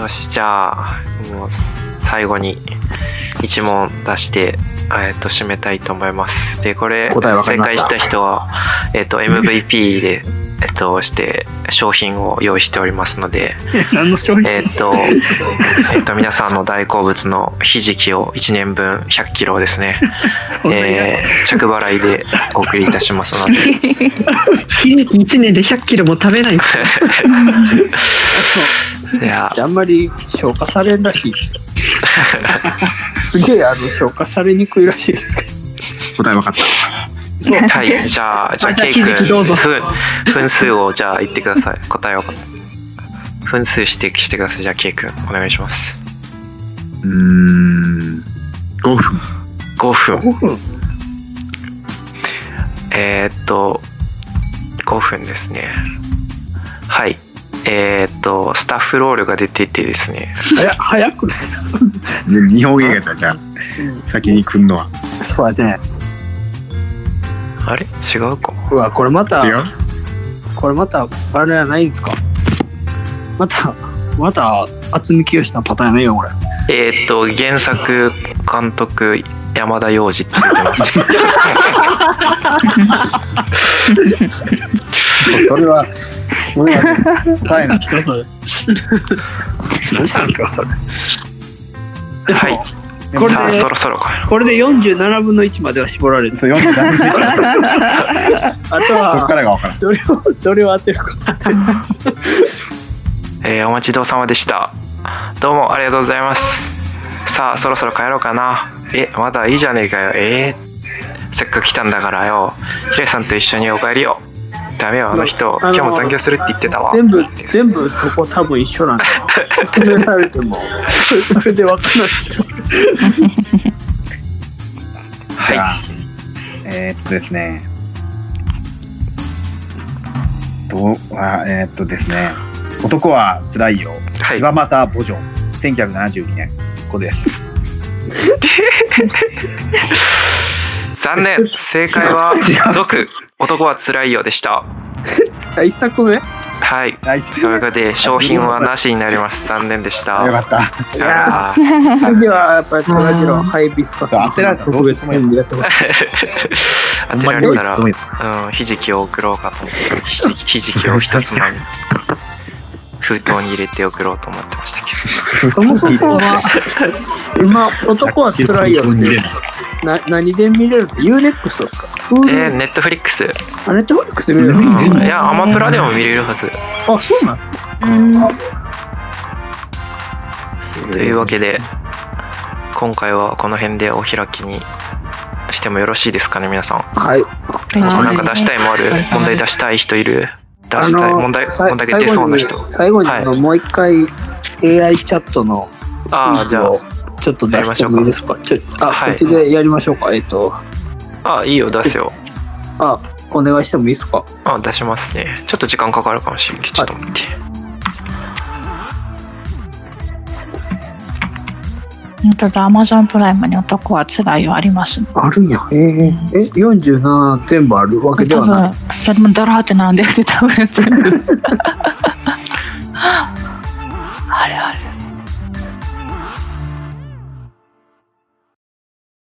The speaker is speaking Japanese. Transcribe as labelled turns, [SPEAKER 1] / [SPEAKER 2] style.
[SPEAKER 1] し、じゃあもう最後に1問出して締めたいと思います。でこれ正解した人はMVP でして商品を用意しておりますので
[SPEAKER 2] 何の商品
[SPEAKER 1] 皆さんの大好物のひじきを1年分100キロですね着払いでお送りいたしますので
[SPEAKER 3] ひじき1年で100キロも食べない
[SPEAKER 2] いやあんまり消化されんらしいですよすげえ消化されにくいらしいですけど。
[SPEAKER 4] 答え分かった。
[SPEAKER 1] はい、じゃあケイ君分数をじゃあ言ってください。答えを分数指摘してください。じゃあケイ君お願いします。
[SPEAKER 4] 5分。
[SPEAKER 1] 5分5分ですね。はい。スタッフロールが出ててですね。
[SPEAKER 2] 早くない
[SPEAKER 4] 日本映画じゃあ先に来んのは。
[SPEAKER 2] そうだね。
[SPEAKER 1] あれ違うかも。
[SPEAKER 2] うわこれまた
[SPEAKER 4] 違う。
[SPEAKER 2] これまたあれはないんですか。また渥美清のパターンないよこれ。
[SPEAKER 1] 原作監督山田洋次って言ってます。
[SPEAKER 4] それは答えなんですかそれ。
[SPEAKER 2] 何なんですかそれ。
[SPEAKER 1] はい。
[SPEAKER 2] これで
[SPEAKER 1] さあそろそろか。
[SPEAKER 2] これで47分の1までは絞られる。
[SPEAKER 4] そう47分の1。
[SPEAKER 2] あとは
[SPEAKER 4] ここからが分からん。
[SPEAKER 2] どれを当てるか。
[SPEAKER 1] お待ちどうさまでした。どうもありがとうございます。さあそろそろ帰ろうかな。まだいいじゃねえかよ。せっかく来たんだからよ。ヒロさんと一緒にお帰りよ。ダメよ、あの人今日も残業するって言ってたわ。
[SPEAKER 2] 全部そこ多分一緒なんだ。説明されてもそれで分かんないでしょ。
[SPEAKER 1] はい。
[SPEAKER 4] ですね。ですね。男はつらいよ。
[SPEAKER 1] はい、
[SPEAKER 4] 柴又墓場。1972年。ここです。
[SPEAKER 1] 残念。正解は続男はつらいよでした。
[SPEAKER 2] 一作目。
[SPEAKER 1] はい。ということで商品はなしになります。残念でした。
[SPEAKER 4] よかった。
[SPEAKER 2] いや次はやっぱりトラジロハイビスカス
[SPEAKER 4] 当てられたら
[SPEAKER 2] 特別編でやってます。
[SPEAKER 1] 当てられたらひじきを送ろうかと思ってひじきを一つまみ封筒に入れて送ろうと思ってましたけ
[SPEAKER 2] ど。そもそもは今男はつらいよって何で見れるんですか。 UNEXT ですか。
[SPEAKER 1] ネットフリックス。
[SPEAKER 2] ネットフリックスで見れる。
[SPEAKER 1] いやアマプラでも見れるはず。
[SPEAKER 2] あ、そうな
[SPEAKER 1] の。というわけで今回はこの辺でお開きにしてもよろしいですかね皆さん。
[SPEAKER 2] はい。
[SPEAKER 1] なんか出したいもある。問題出したい人いる。出したい問題が出そうな人。
[SPEAKER 2] 最後にもう一回 AI チャットの
[SPEAKER 1] じゃあ
[SPEAKER 2] ちょっと出してもいいですか。こっちでやりましょうか。
[SPEAKER 1] いいよ出すよ。
[SPEAKER 2] お願いしてもいいですか。
[SPEAKER 1] 出しますね。ちょっと時間かかるかもしれないけどちょっと待って。
[SPEAKER 5] Amazon プライムに男はつらいよあります。
[SPEAKER 2] あるんや。47全部あるわけではない。
[SPEAKER 5] いやでもダラーってなんで多分全部あるある。